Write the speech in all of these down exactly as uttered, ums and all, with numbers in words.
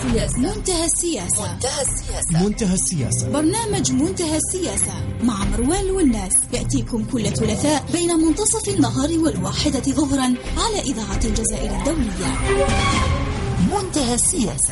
السياسة. منتهى السياسة. منتهى السياسة. منتهى السياسة. برنامج منتهى السياسة مع مروان والناس يأتيكم كل ثلاثاء بين منتصف النهار والواحدة ظهرا على إذاعة الجزائر الدولية. منتهى السياسة.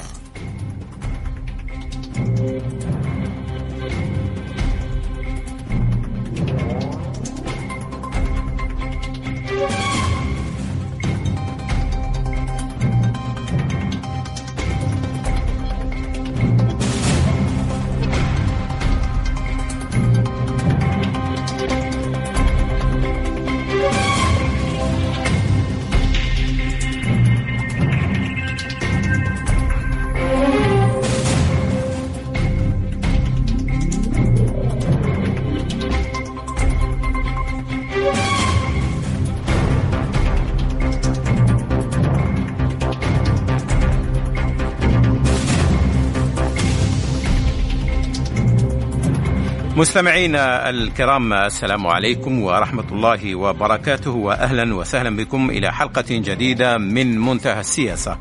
مستمعينا الكرام، السلام عليكم ورحمة الله وبركاته، وأهلا وسهلا بكم إلى حلقة جديدة من منتهى السياسة.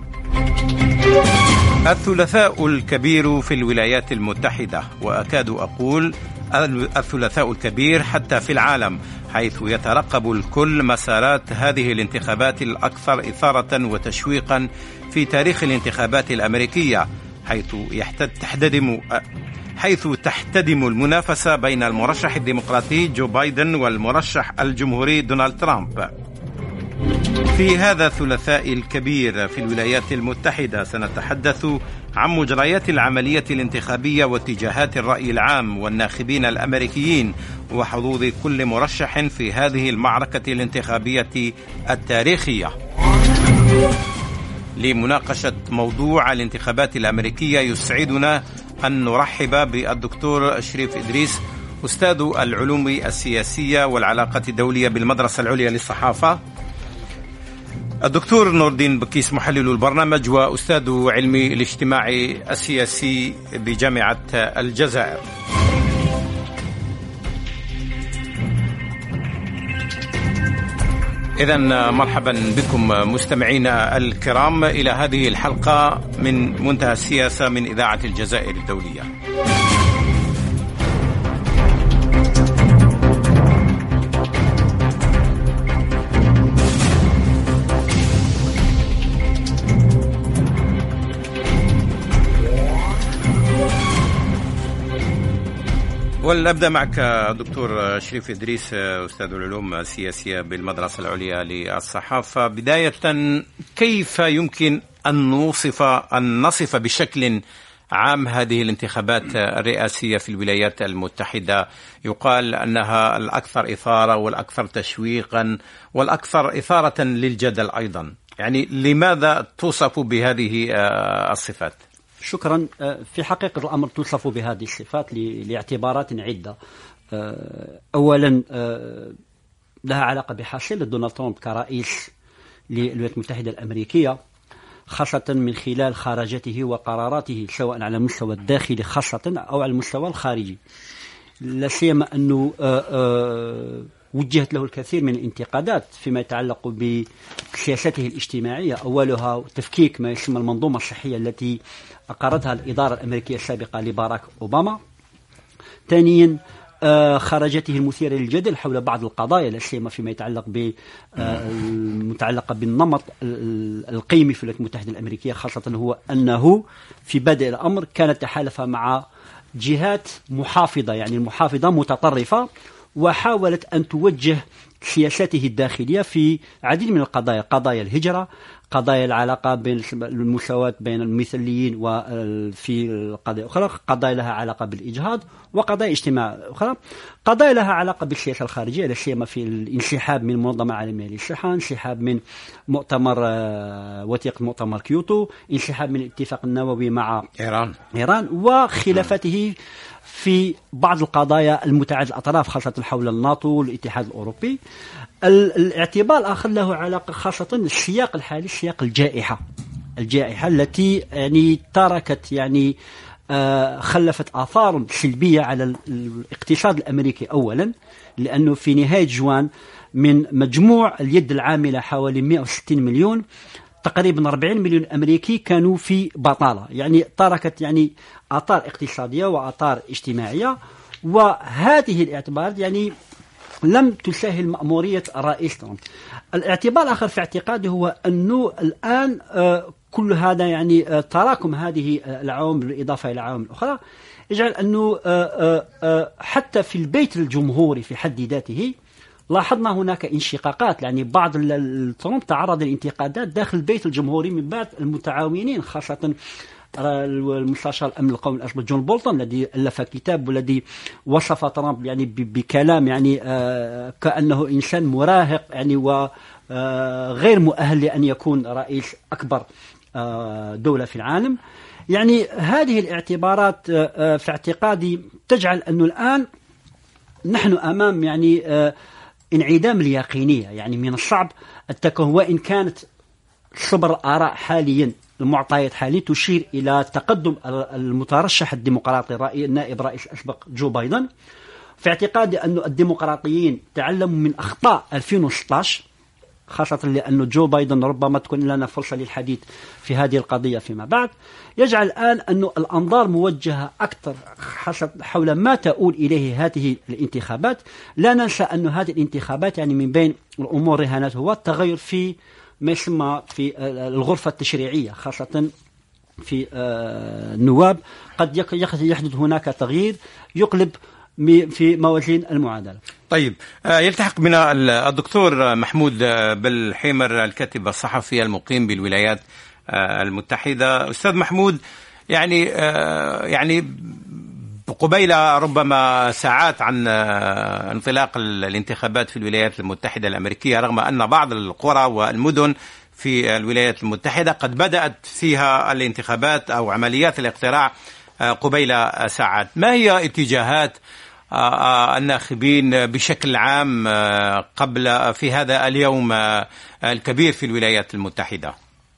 الثلاثاء الكبير في الولايات المتحدة، وأكاد أقول الثلاثاء الكبير حتى في العالم، حيث يترقب الكل مسارات هذه الانتخابات الأكثر إثارة وتشويقا في تاريخ الانتخابات الأمريكية، حيث تحتدم حيث تحتدم المنافسة بين المرشح الديمقراطي جو بايدن والمرشح الجمهوري دونالد ترامب. في هذا الثلاثاء الكبير في الولايات المتحدة سنتحدث عن مجريات العملية الانتخابية واتجاهات الرأي العام والناخبين الأمريكيين وحظوظ كل مرشح في هذه المعركة الانتخابية التاريخية. لمناقشة موضوع الانتخابات الأمريكية يسعدنا أن نرحب بالدكتور شريف إدريس، أستاذ العلوم السياسية والعلاقات الدولية بالمدرسة العليا للصحافة، الدكتور نور الدين بكيس محلل البرنامج وأستاذ علم الاجتماع السياسي بجامعة الجزائر. إذن مرحبا بكم مستمعينا الكرام إلى هذه الحلقة من منتهى السياسة من إذاعة الجزائر الدولية. ولنبدأ معك دكتور شريف إدريس، أستاذ العلوم السياسية بالمدرسة العليا للصحافة. بداية، كيف يمكن أن نوصف أن نصف بشكل عام هذه الانتخابات الرئاسية في الولايات المتحدة؟ يقال أنها الأكثر إثارة والأكثر تشويقا والأكثر إثارة للجدل أيضا، يعني لماذا توصف بهذه الصفات؟ شكرا. في حقيقة الأمر توصف بهذه الصفات لاعتبارات عدة. أولا لها علاقة بحصيلة دونالد ترامب كرئيس للولايات المتحدة الأمريكية، خاصة من خلال خرجته وقراراته سواء على المستوى الداخلي خاصة أو على المستوى الخارجي، لا سيما أنه وجهت له الكثير من الانتقادات فيما يتعلق بسياسته الاجتماعية، أولها تفكيك ما يسمى المنظومة الصحية التي أقرتها الإدارة الأمريكية السابقة لباراك أوباما. ثانيا خرجته المثيرة للجدل حول بعض القضايا، لا سيما فيما يتعلق بالمتعلقة بالنمط القيمي في الولايات المتحدة الأمريكية، خاصة هو أنه في بدء الأمر كانت تحالف مع جهات محافظة، يعني المحافظة متطرفة، وحاولت أن توجه سياساته الداخلية في عديد من القضايا، قضايا الهجرة، قضايا العلاقة بين المساواة بين المثليين وفي القضايا أخرى، قضايا لها علاقة بالإجهاض، وقضايا اجتماع أخرى، قضايا لها علاقة بالسياسة الخارجية، لا سيما في الانسحاب من المنظمة العالمية للصحة، انسحاب من مؤتمر وثيقة مؤتمر كيوتو، انسحاب من الاتفاق النووي مع إيران إيران وخلافته في بعض القضايا المتعددة الأطراف، خاصة حول الناتو والاتحاد الأوروبي. الاعتبار الآخر له علاقة خاصة السياق الحالي، سياق الجائحة الجائحة التي يعني تركت يعني آه خلفت آثار سلبية على الاقتصاد الأمريكي أولا، لأنه في نهاية جوان من مجموع اليد العاملة حوالي مئة وستين مليون تقريبا أربعين مليون أمريكي كانوا في بطالة، يعني تركت يعني آثار اقتصادية وآثار اجتماعية. وهذه الاعتبارات يعني لم تسهل مأمورية الرئيس ترامب. الاعتبار الآخر في اعتقادي هو أنه الآن كل هذا يعني تراكم هذه العوامل بالإضافة إلى عوامل أخرى يجعل أنه حتى في البيت الجمهوري في حد ذاته لاحظنا هناك انشقاقات، يعني بعض ترامب تعرض للانتقادات داخل البيت الجمهوري من بعض المتعاونين، خاصة المستشار الأمن القومي الأسبق جون بولتون الذي ألف كتاب والذي وصف ترامب يعني بكلام يعني كأنه إنسان مراهق يعني وغير مؤهل لأن يكون رئيس أكبر دولة في العالم. يعني هذه الاعتبارات في اعتقادي تجعل أنه الآن نحن أمام يعني انعدام اليقينية، يعني من الصعب التكهن، وإن كانت صبر الآراء حاليا المعطيات حاليا تشير إلى تقدم المترشح الديمقراطي الرئيس النائب رئيس أسبق جو بايدن. في اعتقادي أن الديمقراطيين تعلموا من أخطاء ألفين وستة عشر، خاصة لأن جو بايدن ربما تكون لنا فرصة للحديث في هذه القضية فيما بعد. يجعل الآن أن الأنظار موجهة أكثر حول ما تؤول إليه هذه الانتخابات. لا ننسى أن هذه الانتخابات يعني من بين الأمور رهانات هو التغير في ما يسمى في الغرفة التشريعية، خاصة في النواب قد يحدث هناك تغيير يقلب في موازين المعادلة. طيب، يلتحق بنا الدكتور محمود بالحيمر الكاتب الصحفي المقيم بالولايات المتحدة. أستاذ محمود، يعني يعني قبيل ربما ساعات عن انطلاق الانتخابات في الولايات المتحدة الأمريكية، رغم أن بعض القرى والمدن في الولايات المتحدة قد بدأت فيها الانتخابات أو عمليات الاقتراع قبيل ساعات، ما هي اتجاهات الناخبين بشكل عام قبل في هذا اليوم الكبير في الولايات المتحدة؟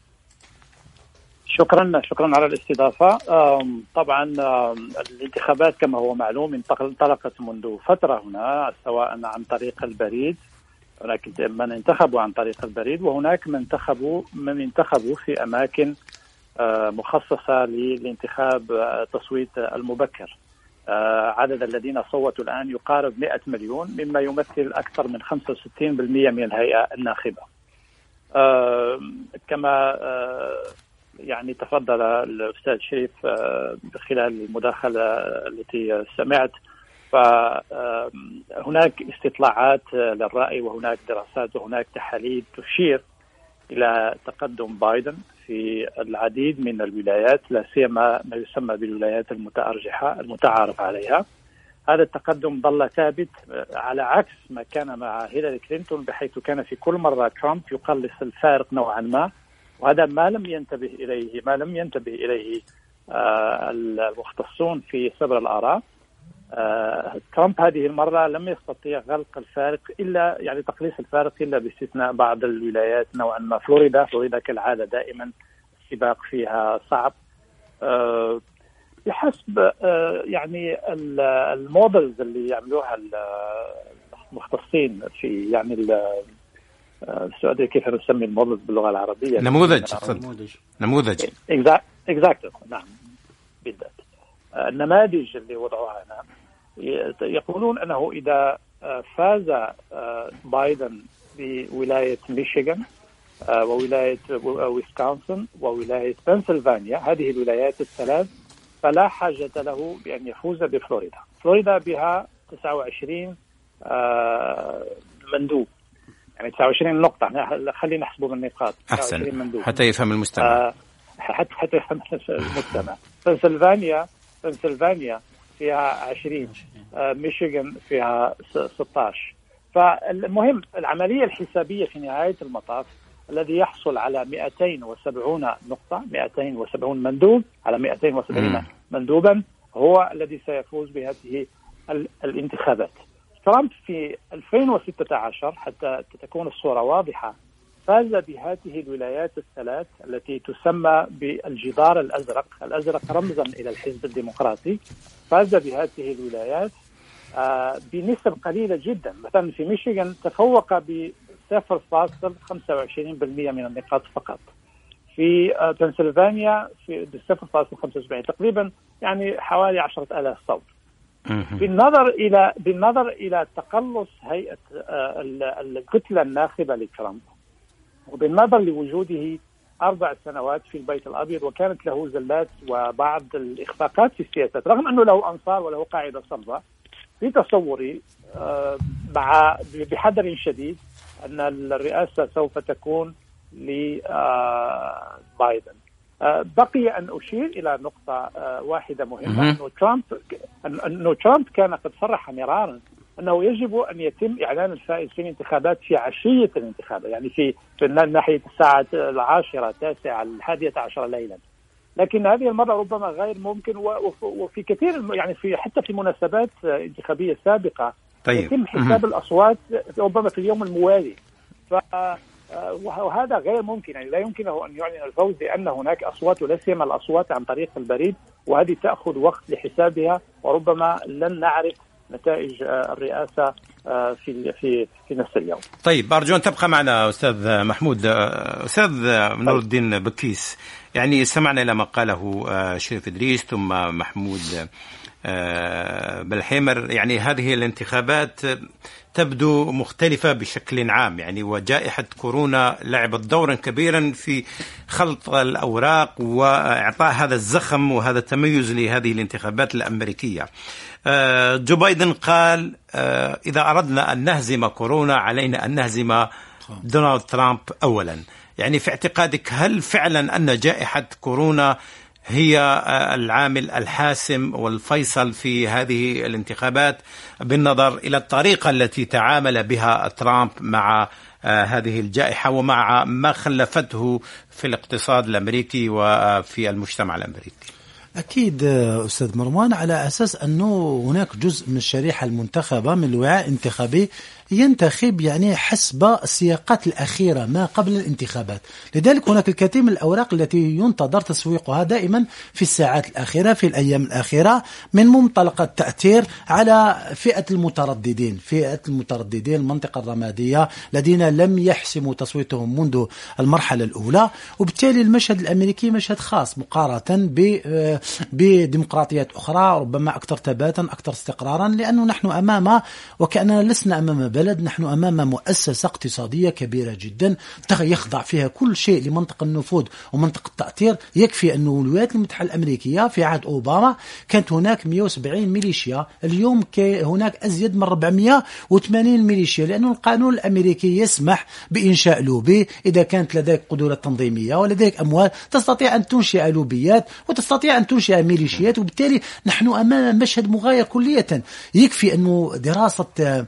شكرا شكرا على الاستضافة. طبعا الانتخابات كما هو معلوم انطلقت منذ فترة هنا، سواء عن طريق البريد، هناك من انتخبوا عن طريق البريد، وهناك من انتخبوا من انتخبوا في أماكن مخصصة للانتخاب التصويت المبكر. عدد الذين صوتوا الآن يقارب مئة مليون، مما يمثل أكثر من خمسة وستين بالمئة من الهيئة الناخبة. كما يعني تفضل الأستاذ شريف خلال المداخلة التي سمعت، فهناك استطلاعات للرأي وهناك دراسات وهناك تحاليل تشير إلى تقدم بايدن في العديد من الولايات، لا سيما ما يسمى بالولايات المتأرجحة المتعارف عليها. هذا التقدم ظل ثابت على عكس ما كان مع هيلاري كلينتون، بحيث كان في كل مرة ترامب يقلص الفارق نوعا ما، وهذا ما لم ينتبه إليه ما لم ينتبه إليه آه المختصون في صبر الآراء. آه ترامب هذه المرة لم يستطيع غلق الفارق إلا يعني تقليص الفارق إلا باستثناء بعض الولايات نوعا ما. فلوريدا فلوريدا كالعادة دائما السباق فيها صعب. آه بحسب آه يعني المودلز اللي يعملوها المختصين في يعني السؤال كيف نسمي المودلز باللغة العربية؟ نموذج نموذج اكزاكت نعم بالذات. النماذج اللي وضعوها هنا يقولون أنه إذا فاز بايدن بولاية ميشيغان وولاية ويسكونسن وولاية بنسلفانيا، هذه الولايات الثلاث، فلا حاجة له بأن يفوز بفلوريدا. فلوريدا بها تسعة وعشرين مندوب، يعني تسعة وعشرين نقطة، خلينا نحسبه بالنقاط أحسن حتى يفهم المستمع. حتى حتى يفهم المستمع. بنسلفانيا بنسلفانيا فيها عشرين، ميشيغان فيها ستة عشر. فالمهم العملية الحسابية في نهاية المطاف الذي يحصل على مئتين وسبعين نقطة، مئتين وسبعين مندوب على مئتين وسبعين مندوبا، هو الذي سيفوز بهذه الانتخابات. ترامب في ألفين وستة عشر حتى تكون الصورة واضحة فاز بهذه الولايات الثلاث التي تسمى بالجدار الأزرق، الأزرق رمزا إلى الحزب الديمقراطي. فاز بهذه الولايات آه بنسب قليلة جدا. مثلا في ميشيغان تفوق ب صفر فاصلة خمسة وعشرين بالمئة من النقاط فقط. في بنسلفانيا في صفر فاصلة خمسة وسبعين تقريبا، يعني حوالي عشرة آلاف صوت. بالنظر إلى بالنظر إلى تقلص هيئة الكتلة الناخبة لترامب، وبالنظر لوجوده أربع سنوات في البيت الأبيض وكانت له زلات وبعض الإخفاقات في السياسات، رغم أنه له أنصار وله قاعدة صلبة، في تصوري مع بحذر شديد أن الرئاسة سوف تكون لبايدن. بقي أن أشير إلى نقطة واحدة مهمة، أنه ترامب أنه ترامب كان قد صرح مرارا أنه يجب أن يتم إعلان الفائز في الانتخابات في عشية الانتخابات، يعني في في ناحية الساعة العاشرة التاسعة الحادية عشر ليلا. لكن هذه المرة ربما غير ممكن، وفي كثير يعني في حتى في مناسبات انتخابية سابقة طيب. يتم حساب الأصوات ربما في اليوم الموالي، ف وهذا غير ممكن، يعني لا يمكنه أن يعلن الفوز لأن هناك أصوات ولا سيما الأصوات عن طريق البريد، وهذه تأخذ وقت لحسابها، وربما لن نعرف نتائج الرئاسة في في في نفس اليوم. طيب أرجو أن تبقى معنا أستاذ محمود. أستاذ نور الدين بكيس، يعني سمعنا إلى ما قاله شريف إدريس ثم محمود بالحمر، يعني هذه الانتخابات تبدو مختلفة بشكل عام، يعني وجائحة كورونا لعبت دورا كبيرا في خلط الأوراق وإعطاء هذا الزخم وهذا التميز لهذه الانتخابات الأمريكية. جو بايدن قال إذا أردنا أن نهزم كورونا علينا أن نهزم دونالد ترامب أولا. يعني في اعتقادك هل فعلا أن جائحة كورونا هي العامل الحاسم والفيصل في هذه الانتخابات بالنظر إلى الطريقة التي تعامل بها ترامب مع هذه الجائحة ومع ما خلفته في الاقتصاد الأمريكي وفي المجتمع الأمريكي؟ أكيد أستاذ مروان، على أساس أنه هناك جزء من الشريحة المنتخبة من الوعاء الانتخابي ينتخب يعني حسب السياقات الأخيرة ما قبل الانتخابات، لذلك هناك الكثير من الأوراق التي ينتظر تسويقها دائما في الساعات الأخيرة في الأيام الأخيرة من منطلق التأثير على فئة المترددين فئة المترددين المنطقة الرمادية الذين لم يحسموا تصويتهم منذ المرحلة الأولى، وبالتالي المشهد الأمريكي مشهد خاص مقارنة بديمقراطيات أخرى ربما أكثر ثباتا أكثر استقرارا، لأنه نحن أمام وكأننا لسنا أمام بلد، نحن أمام مؤسسة اقتصادية كبيرة جدا يخضع فيها كل شيء لمنطق النفوذ ومنطق التأثير. يكفي أن الولايات المتحدة الأمريكية في عهد أوباما كانت هناك مئة وسبعين ميليشيا، اليوم هناك أزيد من أربعمئة وثمانين ميليشيا، لأن القانون الأمريكي يسمح بإنشاء لوبي إذا كانت لديك قدرة تنظيمية ولديك أموال تستطيع أن تنشئ لوبيات وتستطيع أن تنشئ ميليشيات، وبالتالي نحن أمام مشهد مغاير كلية. يكفي أنه دراسة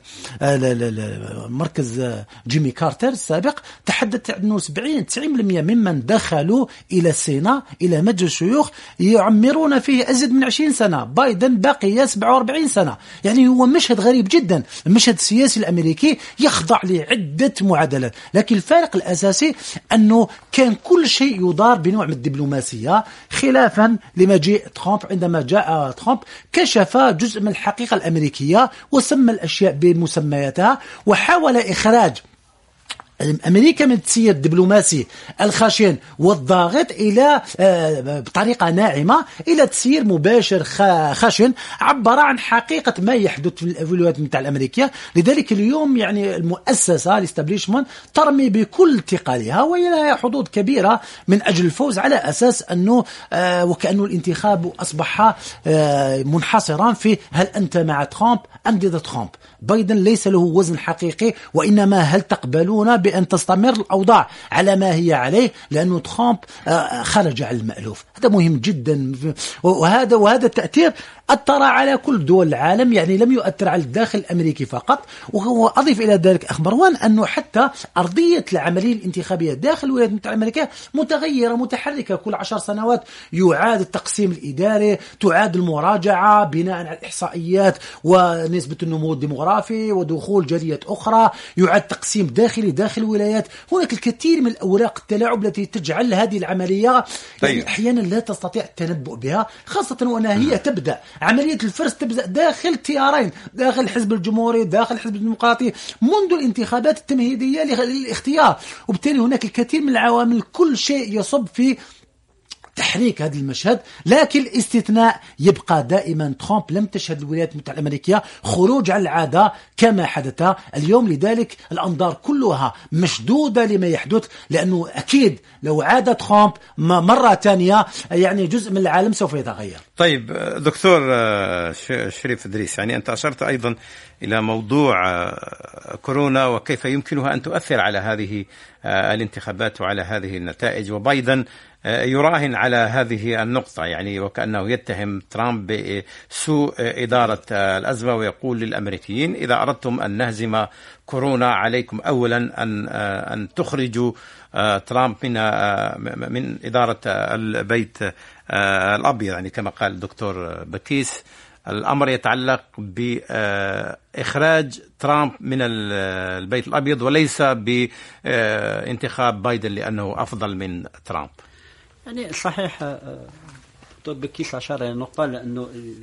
مركز جيمي كارتر السابق تحدث أنه سبعين تسعين بالمئة ممن دخلوا إلى السيناء إلى مجلس الشيوخ يعمرون فيه أزيد من عشرين سنة، بايدن باقي سبعة وأربعين سنة. يعني هو مشهد غريب جدا، المشهد السياسي الأمريكي يخضع لعدة معادلات، لكن الفارق الأساسي أنه كان كل شيء يدار بنوع من الدبلوماسية، خلافا لمجيء ترامب. عندما جاء ترامب كشف جزء من الحقيقة الأمريكية وسمى الأشياء بمسمياتها وحاول إخراج أمريكا من التسيير الدبلوماسي الخشن والضاغط إلى بطريقة ناعمة إلى تسيير مباشر خشن عبر عن حقيقة ما يحدث في الولايات المتحدة الأمريكية. لذلك اليوم يعني المؤسسة الاستابليشمنت ترمي بكل ثقلها وإلى حظوظ كبيرة من أجل الفوز، على أساس أنه وكأنه الانتخاب أصبح منحصرا في هل أنت مع ترامب أم ضد ترامب. بايدن ليس له وزن حقيقي، وإنما هل تقبلون بأن تستمر الأوضاع على ما هي عليه، لأنه ترامب خرج على المألوف. هذا مهم جدا، وهذا وهذا التأثير أثر على كل دول العالم، يعني لم يؤثر على الداخل الأمريكي فقط. وأضيف إلى ذلك أخ مروان أنه حتى أرضية العملية الانتخابية داخل الولايات المتحدة الأمريكية متغيرة متحركة، كل عشر سنوات يعاد التقسيم الإداري، تعاد المراجعة بناء على الإحصائيات ونسبة النمو الديموغرافي ودخول جاليات أخرى، يعاد تقسيم داخلي داخل الولايات. هناك الكثير من الأوراق التلاعب التي تجعل هذه العملية طيب. يعني أحيانا لا تستطيع التنبؤ بها، خاصة وأنها هي تبدأ عملية الفرز تبدأ داخل تيارين، داخل الحزب الجمهوري داخل الحزب الديمقراطي منذ الانتخابات التمهيدية للاختيار، وبالتالي هناك الكثير من العوامل، كل شيء يصب في تحريك هذا المشهد. لكن الاستثناء يبقى دائما ترامب. لم تشهد الولايات المتحدة الأمريكية خروج عن العادة كما حدث اليوم، لذلك الأنظار كلها مشدودة لما يحدث، لأنه أكيد لو عاد ترامب مرة ثانية يعني جزء من العالم سوف يتغير. طيب دكتور شريف إدريس، يعني أنت أشرت أيضا إلى موضوع كورونا وكيف يمكنها أن تؤثر على هذه الانتخابات وعلى هذه النتائج، وبايدن يراهن على هذه النقطة، يعني وكأنه يتهم ترامب بسوء إدارة الأزمة، ويقول للأمريكيين إذا أردتم أن نهزم كورونا عليكم أولا أن أن تخرجوا ترامب من من إدارة البيت الأبيض، يعني كما قال الدكتور بكيس الأمر يتعلق بإخراج ترامب من البيت الأبيض وليس بانتخاب بايدن لأنه أفضل من ترامب. يعني صحيح دكتور بكيس أشار إلى النقطة، لأنه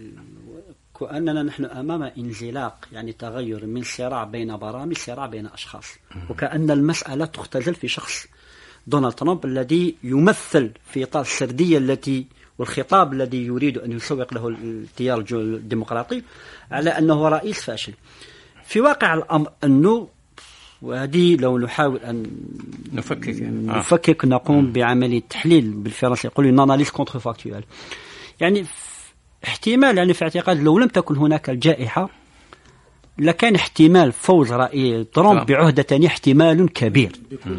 كأننا نحن أمام انزلاق، يعني تغير من صراع بين برامج صراع بين أشخاص، وكأن المسألة تختزل في شخص دونالد ترامب الذي يمثل في إطار السردية التي والخطاب الذي يريد أن يسوق له التيار الديمقراطي على أنه رئيس فاشل. في واقع الأمر أنه، وهذه لو نحاول أن نفكك نفكك آه. نقوم بعملية تحليل، بالفرنسي يقولون ناناليز كونتر فاكتوال، يعني احتمال، يعني في اعتقاد لو لم تكن هناك الجائحة لكان احتمال فوز رئيس ترامب بعهدة ثانية احتمال كبير،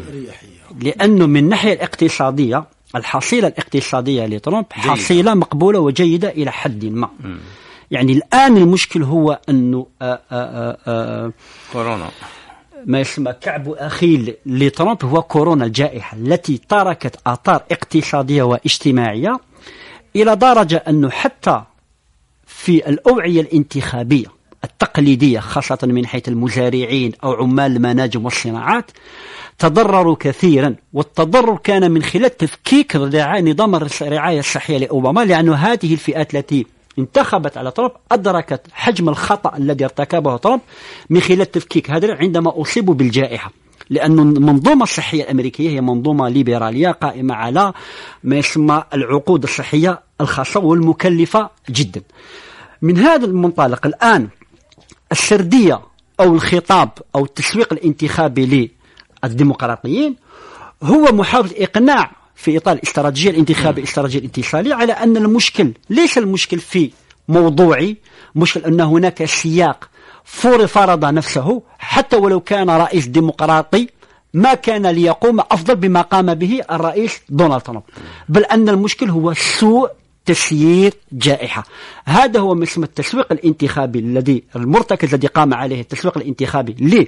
لأنه من الناحية الاقتصادية الحصيلة الاقتصادية لترامب حصيلة مقبولة وجيدة إلى حد ما. م. يعني الآن المشكل هو أنه آآ آآ آآ كورونا ما يسمى كعب أخيل لترامب هو كورونا، الجائحة التي تركت آثار اقتصادية واجتماعية إلى درجة أنه حتى في الأوعية الانتخابية التقليدية، خاصة من حيث المزارعين أو عمال المناجم والصناعات، تضرروا كثيرا، والتضرر كان من خلال تفكيك نظام الرعاية الصحية لأوباما، لأن هذه الفئات التي انتخبت على ترامب أدركت حجم الخطأ الذي ارتكبه ترامب من خلال تفكيك هذا عندما أصيبوا بالجائحة، لأن المنظومة الصحية الأمريكية هي منظومة ليبرالية قائمة على ما يسمى العقود الصحية الخاصة والمكلفة جدا. من هذا المنطلق الآن السردية أو الخطاب أو التسويق الانتخابي للديمقراطيين هو محاولة إقناع في إطار الاستراتيجية الانتخابية الاستراتيجية الاتصالية على أن المشكل ليس المشكل في موضوعي، مشكل أن هناك سياق فرض نفسه حتى ولو كان رئيس ديمقراطي ما كان ليقوم أفضل بما قام به الرئيس دونالد ترامب، بل أن المشكل هو سوء تسيير جائحة. هذا هو مسمى التسويق الانتخابي الذي المرتكز الذي قام عليه التسويق الانتخابي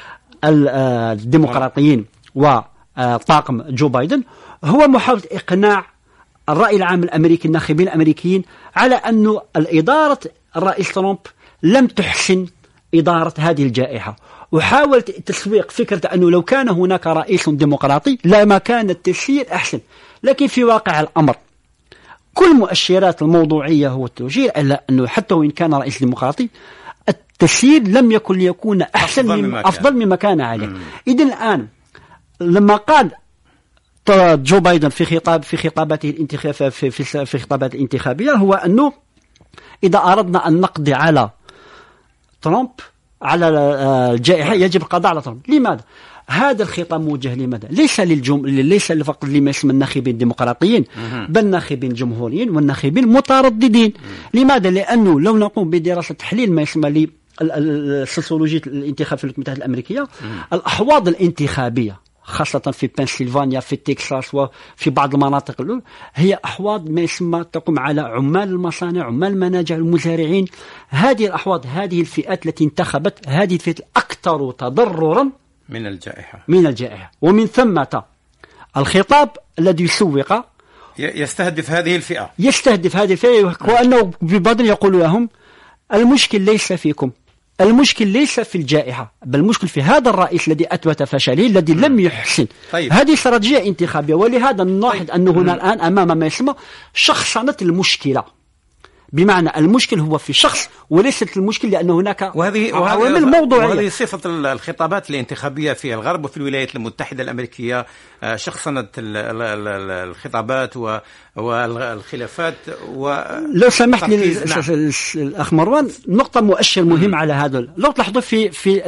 للديمقراطيين وطاقم جو بايدن، هو محاولة إقناع الرأي العام الأمريكي الناخبين الأمريكيين على أن الإدارة الرئيس ترامب لم تحسن إدارة هذه الجائحة، وحاولت تسويق فكرة أنه لو كان هناك رئيس ديمقراطي لما كان التسيير أحسن. لكن في واقع الأمر كل مؤشرات الموضوعية هو تشير إلى أنه حتى وإن كان رئيس ديمقراطي التسيير لم يكن ليكون أحسن أفضل مما, أفضل مما كان عليه. إذن الآن لما قال جو بايدن في خطاب في خطاباته الانتخاب في في, في خطابات الانتخابية هو أنه إذا أردنا أن نقضي على ترامب على الجائحة يجب القضاء على ترامب. لماذا؟ هذا الخطاب موجه لماذا؟ ليس للجم... ليس فقط لما يسمى الناخبين الديمقراطيين، بل الناخبين الجمهوريين والناخبين المترددين. لماذا؟ لأنه لو نقوم بدراسة تحليل ما يسمى لي السوسيولوجية الانتخاب في الولايات المتحدة الأمريكية، الأحواض الانتخابية خاصة في بنسلفانيا في تكساس وفي بعض المناطق الأولى هي أحواض ما يسمى تقوم على عمال المصانع، عمال المناجع، المزارعين. هذه الأحواض، هذه الفئات التي انتخبت، هذه الفئات الأكثر تضررا من الجائحة من الجائحة ومن ثم الخطاب الذي يسوق يستهدف هذه الفئة يستهدف هذه الفئة وأنه ببعض يقول لهم المشكل ليس فيكم، المشكل ليس في الجائحة، بل المشكل في هذا الرئيس الذي أثبت فشله، الذي لم يحسن. طيب. هذه استراتيجية انتخابية، ولهذا نلاحظ طيب. أن هنا الآن أمام ما يسمى شخصنة المشكلة، بمعنى المشكل هو في شخص وليست المشكل لأن هناك وهذه عوامل موضوعية. وهذه صفة الخطابات الانتخابية في الغرب وفي الولايات المتحدة الأمريكية، شخصنة الخطابات والخلافات. لو سمحت لي الأخ مروان، نقطة مؤشر مهم على هذا. لو تلاحظوا في في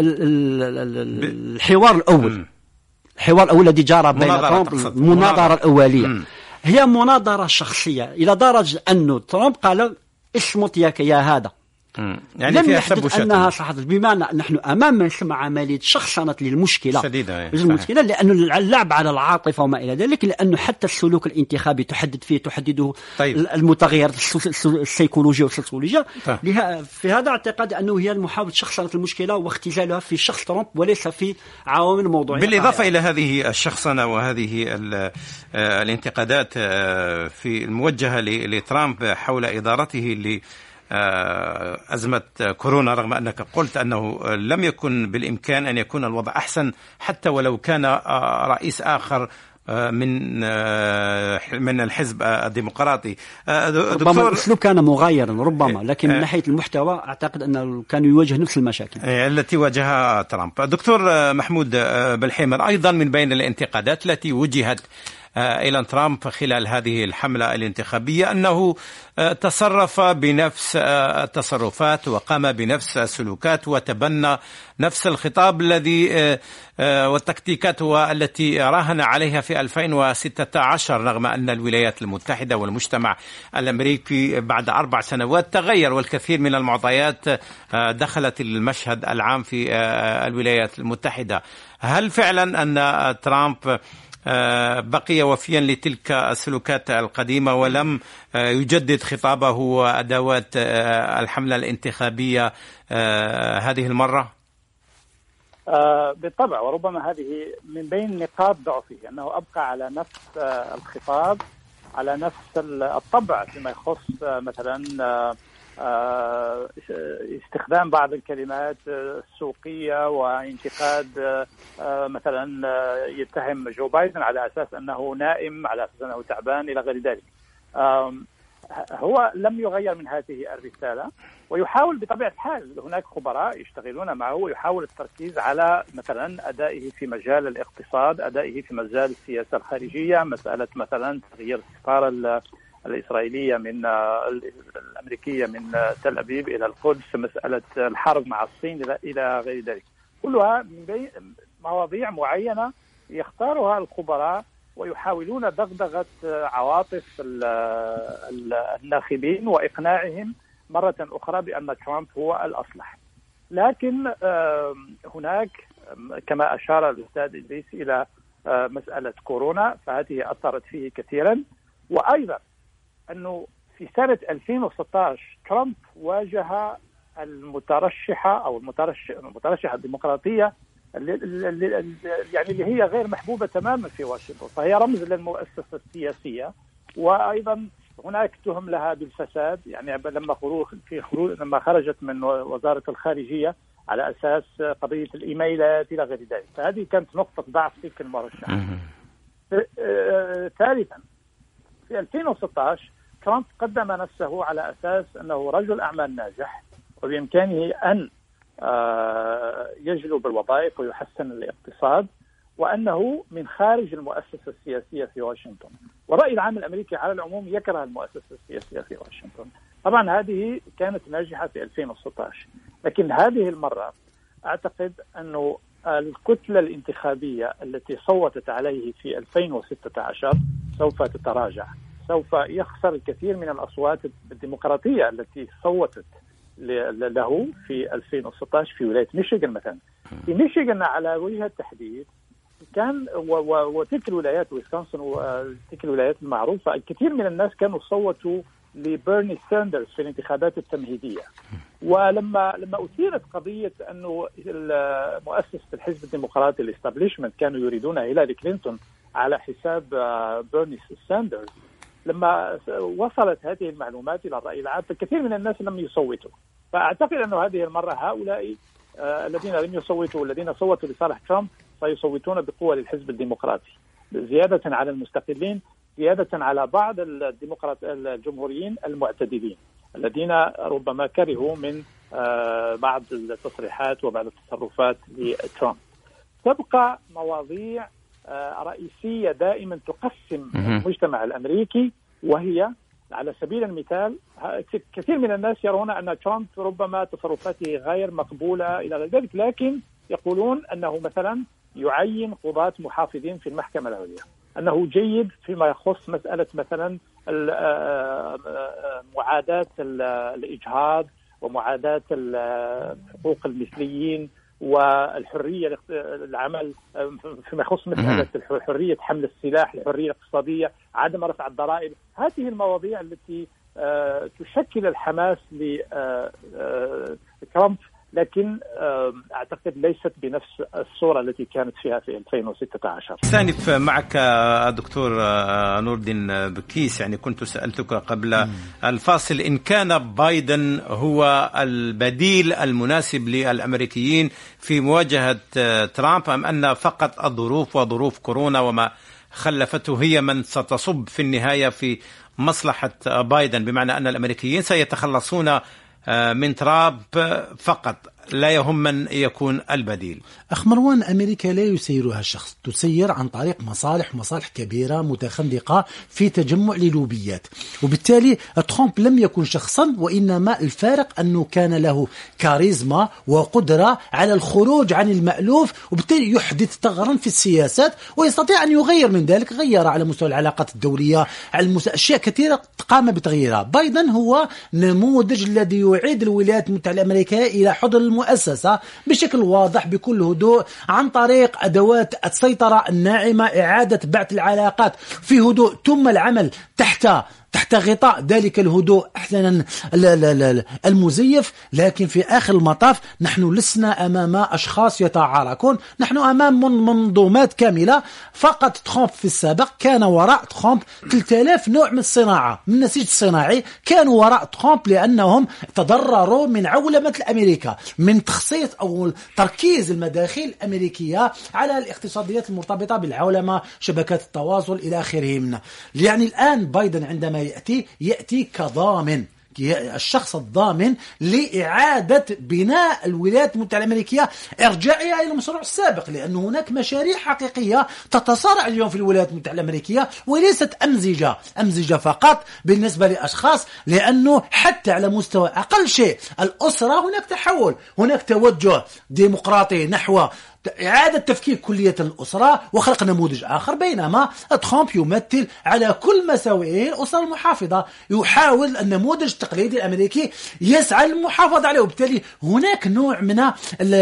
الحوار الأول الحوار الأول الذي جرى بين ترامب، المناظرة الأولية م. هي مناظرة شخصية إلى درجة أن ترامب قال اصمت يا يا هذا. يعني لم يحدث أنها صحت، بمعنى نحن أمام ما يسمى عملية شخصنة للمشكلة شديدة المشكلة، لأن اللعب على العاطفة وما إلى ذلك، لأنه حتى السلوك الانتخابي تحدد فيه تحدده طيب. المتغيرات السيكولوجية والسوسيولوجية. طيب. في هذا اعتقاد أنه هي محاولة شخصنة المشكلة واختزالها في شخص ترامب وليس في عوامل موضوعية. بالإضافة إلى هذه الشخصنة وهذه الانتقادات في الموجهة لترامب حول إدارته ل أزمة كورونا، رغم أنك قلت أنه لم يكن بالإمكان أن يكون الوضع أحسن حتى ولو كان رئيس آخر من من الحزب الديمقراطي. ربما الأسلوب كان مغايرا ربما، لكن من ناحية المحتوى أعتقد أنه كان يواجه نفس المشاكل التي واجهها ترامب. دكتور محمود بالحيمر، أيضا من بين الانتقادات التي وجهت إلى ترامب خلال هذه الحملة الانتخابية أنه تصرف بنفس التصرفات وقام بنفس السلوكات وتبنى نفس الخطاب الذي والتكتيكات التي راهن عليها في ألفين وستة عشر، رغم أن الولايات المتحدة والمجتمع الأمريكي بعد أربع سنوات تغير، والكثير من المعطيات دخلت المشهد العام في الولايات المتحدة. هل فعلا أن ترامب بقي وفيا لتلك السلوكات القديمة ولم يجدد خطابه وأدوات الحملة الانتخابية هذه المرة؟ بالطبع، وربما هذه من بين نقاط ضعفه أنه أبقى على نفس الخطاب، على نفس الطبع فيما يخص مثلا استخدام بعض الكلمات السوقية وانتقاد مثلا يتهم جو بايدن على أساس أنه نائم، على أساس أنه تعبان إلى غير ذلك. هو لم يغير من هذه الرسالة، ويحاول بطبيعة الحال، هناك خبراء يشتغلون معه ويحاول التركيز على مثلا أدائه في مجال الاقتصاد، أدائه في مجال السياسة الخارجية، مسألة مثلا تغيير السفارة الإسرائيلية من الأمريكية من تل أبيب إلى القدس، مسألة الحرب مع الصين إلى غير ذلك. كلها من مواضيع معينة يختارها الخبراء ويحاولون دغدغة عواطف الناخبين وإقناعهم مرة أخرى بأن ترامب هو الأصلح. لكن هناك كما أشار الأستاذ إدريس إلى مسألة كورونا، فهذه أثرت فيه كثيرا. وأيضا أنه في سنة ألفين وستة عشر ترامب واجه المترشحة أو المترشح المترشحة الديمقراطية اللي يعني اللي هي غير محبوبة تماما في واشنطن، فهي رمز للمؤسسة السياسية. وأيضا هناك تهم لها بالفساد، يعني لما خروج في خروج لما خرجت من وزارة الخارجية على أساس قضية الإيميلات إلى غير ذلك، فهذه كانت نقطة ضعف تلك المرشحة. ثالثا في ألفين وستة عشر ترامب قدم نفسه على أساس أنه رجل أعمال ناجح وبإمكانه أن يجلب الوظائف ويحسن الاقتصاد، وأنه من خارج المؤسسة السياسية في واشنطن. والرأي العام الأمريكي على العموم يكره المؤسسة السياسية في واشنطن. طبعا هذه كانت ناجحة في ألفين وستة عشر، لكن هذه المرة أعتقد أنه الكتلة الانتخابية التي صوتت عليه في ألفين وستة عشر سوف تتراجع، سوف يخسر الكثير من الأصوات الديمقراطية التي صوتت له في ألفين وستة عشر في ولاية ميشيغان مثلا. في ميشيغان على وجه التحديد كان وتلك الولايات ويسكونسن وتلك الولايات المعروفة، الكثير من الناس كانوا صوتوا لبيرني ساندرز في الانتخابات التمهيدية. ولما لما أثيرت قضية أنه مؤسسة الحزب الديمقراطي الاستابليشمنت كانوا يريدون هيلاري كلينتون على حساب بيرني ساندرز، لما وصلت هذه المعلومات إلى الرأي العام فالكثير من الناس لم يصوتوا. فأعتقد أن هذه المرة هؤلاء آه الذين لم يصوتوا والذين صوتوا لصالح ترامب سيصوتون بقوة للحزب الديمقراطي، زيادة على المستقلين، زيادة على بعض الديمقراط الجمهوريين المعتدلين الذين ربما كرهوا من آه بعض التصريحات وبعض التصرفات لترامب. تبقى مواضيع آه رئيسية دائما تقسم المجتمع الأمريكي، وهي على سبيل المثال كثير من الناس يرون أن ترامب ربما تصرفاته غير مقبولة إلى غير ذلك، لكن يقولون أنه مثلا يعين قضاة محافظين في المحكمة العليا، أنه جيد فيما يخص مسألة مثلا معاداة الإجهاض ومعاداة حقوق المثليين والحرية العمل، فيما يخص مسألة حرية حمل السلاح، الحرية الاقتصادية، عدم رفع الضرائب. هذه المواضيع التي تشكل الحماس لترامب، لكن أعتقد ليست بنفس الصورة التي كانت فيها في ألفين وستة عشر. ثاني معك دكتور نور الدين بكيس، يعني كنت سألتك قبل الفاصل إن كان بايدن هو البديل المناسب للأمريكيين في مواجهة ترامب، أم أن فقط الظروف وظروف كورونا وما خلفته هي من ستصب في النهاية في مصلحة بايدن، بمعنى أن الأمريكيين سيتخلصون من ترامب فقط، لا يهم من يكون البديل؟ أخ مروان، أمريكا لا يسيرها الشخص، تسير عن طريق مصالح مصالح كبيرة متخندقة في تجمع للوبيات، وبالتالي ترامب لم يكن شخصا، وإنما الفارق أنه كان له كاريزما وقدرة على الخروج عن المألوف، وبالتالي يحدث ثغرا في السياسات ويستطيع أن يغير من ذلك. غير على مستوى العلاقات الدولية، على مستوى أشياء كثيرة قام بتغييرها. بايدن هو نموذج الذي يعيد الولايات المتحدة الأمريكية إلى حضن المؤسسة بشكل واضح بكل هدوء، عن طريق أدوات السيطرة الناعمة، إعادة بعث العلاقات في هدوء، ثم العمل تحت تحت غطاء ذلك الهدوء أحيانا المزيف. لكن في آخر المطاف نحن لسنا أمام أشخاص يتعاركون، نحن أمام منظومات كاملة. فقط ترامب في السابق كان وراء ترامب ثلاثة آلاف نوع من الصناعة، من النسيج الصناعي كانوا وراء ترامب، لأنهم تضرروا من عولمة الأمريكا، من تخصيص أو تركيز المداخيل الأمريكية على الاقتصاديات المرتبطة بالعولمة، شبكات التواصل إلى آخره منها. يعني الآن بايدن عندما يأتي يأتي كضامن، الشخص الضامن لإعادة بناء الولايات المتحدة الأمريكية، إرجاعها إلى المشروع السابق، لأن هناك مشاريع حقيقية تتصارع اليوم في الولايات المتحدة الأمريكية، وليست أمزجة أمزجة فقط بالنسبة لأشخاص، لأنه حتى على مستوى أقل شيء الأسرة هناك تحول، هناك توجه ديمقراطي نحو إعادة تفكيك كلية الأسرة وخلق نموذج آخر، بينما ترامب يمثل على كل مساوئه الأسرة المحافظة، يحاول النموذج التقليدي الأمريكي يسعى للمحافظة عليه. وبالتالي هناك نوع من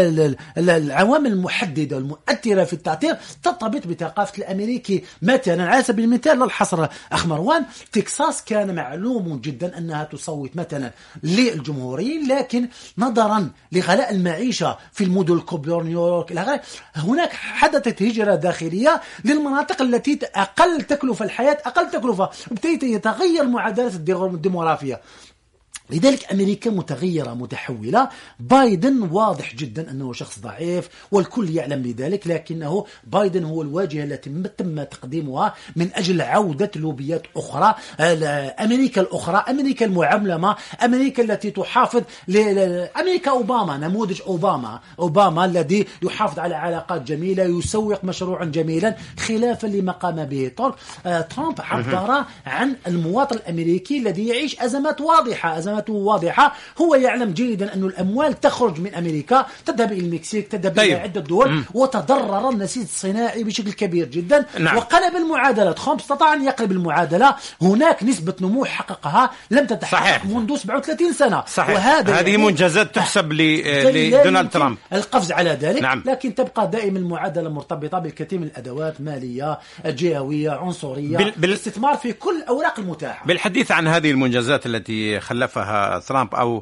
العوامل المحددة المؤثرة في التأثير ترتبط بثقافة الأمريكي. مثلا على سبيل المثال للحصر أخ مروان، تكساس كان معلوم جدا أنها تصوت مثلا للجمهوريين، لكن نظرا لغلاء المعيشة في المدن الكبرى نيويورك هناك حدثت هجرة داخلية للمناطق التي أقل تكلفة الحياة، أقل تكلفة، وبالتالي يتغير معادلة الديموغرافية. لذلك أمريكا متغيرة متحولة. بايدن واضح جدا أنه شخص ضعيف والكل يعلم بذلك، لكنه بايدن هو الواجهة التي تم تقديمها من أجل عودة لوبيات أخرى، أمريكا الأخرى، أمريكا المعملمة، أمريكا التي تحافظ أمريكا أوباما، نموذج أوباما أوباما الذي يحافظ على علاقات جميلة، يسوق مشروعا جميلا خلافا لما قام به ترامب. عبر عن المواطن الأمريكي الذي يعيش أزمات واضحة أزمات واضحة. هو يعلم جيدا أن الأموال تخرج من أمريكا، تذهب إلى المكسيك، تذهب طيب. إلى عدة دول، م. وتضرر النسيج الصناعي بشكل كبير جدا. نعم. وقلب المعادلة، ترامب استطاع أن يقلب المعادلة. هناك نسبة نمو حققها لم تتحقق منذ سبعة وثلاثين سنة. صحيح. وهذا هذه يعني منجزات تحسب لدونالد ترامب، القفز على ذلك. نعم. لكن تبقى دائما المعادلة مرتبطة بالكثير من الأدوات، مالية، جهوية، عنصرية، بال... بالاستثمار في كل الأوراق المتاحة. بالحديث عن هذه المنجزات التي خلفها ترامب أو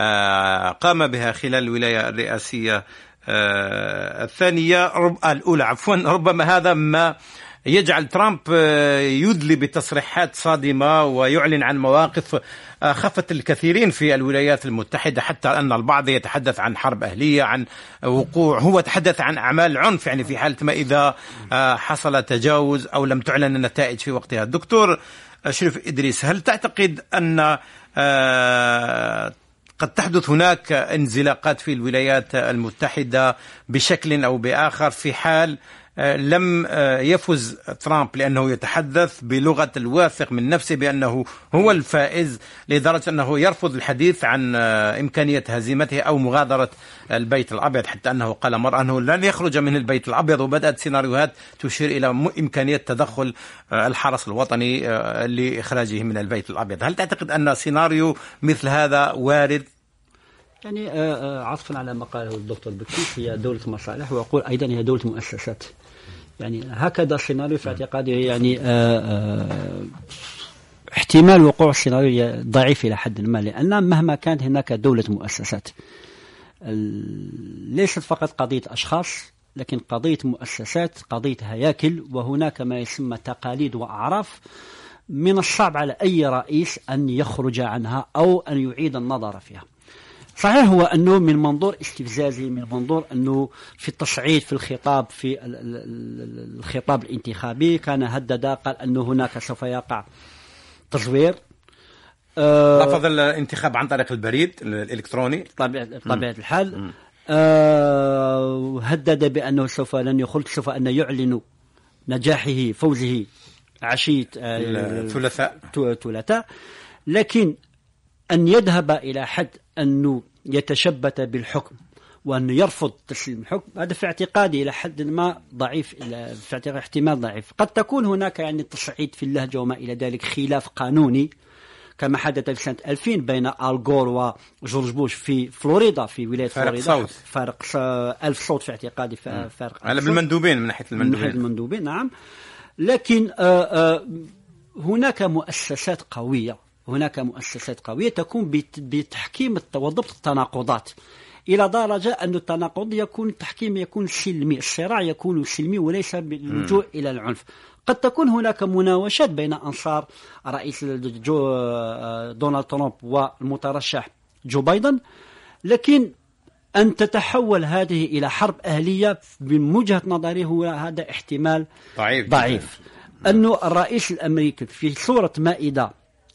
قام بها خلال الولاية الرئاسية الثانية الأولى عفوا، ربما هذا ما يجعل ترامب يدلي بتصريحات صادمة ويعلن عن مواقف خفت الكثيرين في الولايات المتحدة، حتى أن البعض يتحدث عن حرب أهلية، عن وقوع، هو تحدث عن أعمال عنف يعني في حالة ما إذا حصل تجاوز أو لم تعلن النتائج في وقتها. دكتور شريف إدريس، هل تعتقد أن قد تحدث هناك انزلاقات في الولايات المتحدة بشكل أو بآخر في حال لم يفز ترامب، لأنه يتحدث بلغة الواثق من نفسه بأنه هو الفائز، لدرجة أنه يرفض الحديث عن إمكانية هزيمته أو مغادرة البيت الأبيض، حتى أنه قال مرة أنه لن يخرج من البيت الأبيض، وبدأت سيناريوهات تشير إلى إمكانية تدخل الحرس الوطني لإخراجه من البيت الأبيض. هل تعتقد أن سيناريو مثل هذا وارد؟ يعني عطفا على ما قاله الدكتور بكيس، هي دولة مصالح، وأقول أيضا هي دولة مؤسسات. يعني هكذا سيناريو في اعتقادي يعني آآ آآ احتمال وقوع السيناريو ضعيف إلى حد ما، لأن مهما كانت هناك دولة مؤسسات، ليست فقط قضية أشخاص، لكن قضية مؤسسات، قضية هياكل، وهناك ما يسمى تقاليد وأعراف من الصعب على أي رئيس أن يخرج عنها أو أن يعيد النظر فيها. صحيح هو أنه من منظور استفزازي، من منظور أنه في التصعيد في الخطاب، في الخطاب الانتخابي كان هدد، قال أنه هناك سوف يقع تزوير، رفض الانتخاب عن طريق البريد الإلكتروني طبيعة الحال، أه هدد بأنه سوف لن يخرج، سوف أن يعلن نجاحه فوزه عشية الثلاثاء ثلاثاء لكن أن يذهب إلى حد أنه يتشبت بالحكم وأن يرفض تسليم الحكم، هذا في اعتقادي إلى حد ما ضعيف، في اعتقادي احتمال ضعيف. قد تكون هناك يعني تصعيد في اللهجة وما إلى ذلك، خلاف قانوني كما حدث في سنة ألفين بين آل غور وجورج بوش في فلوريدا، في ولاية فارق فلوريدا، صوت. فارق ألف صوت في اعتقادي، فارق على بالمندوبين، من ناحية المندوبين, من ناحية المندوبين نعم. لكن آآ آآ هناك مؤسسات قوية، هناك مؤسسات قوية تكون بتحكيم وضبط التناقضات، إلى درجة أن التناقض يكون التحكيم يكون سلمي، الصراع يكون سلمي وليس باللجوء إلى العنف. قد تكون هناك مناوشات بين أنصار رئيس جو دونالد ترامب والمترشح جو بايدن، لكن أن تتحول هذه إلى حرب أهلية من وجهة نظري هو هذا احتمال ضعيف, ضعيف. أنه الرئيس الأمريكي في صورة ما إذا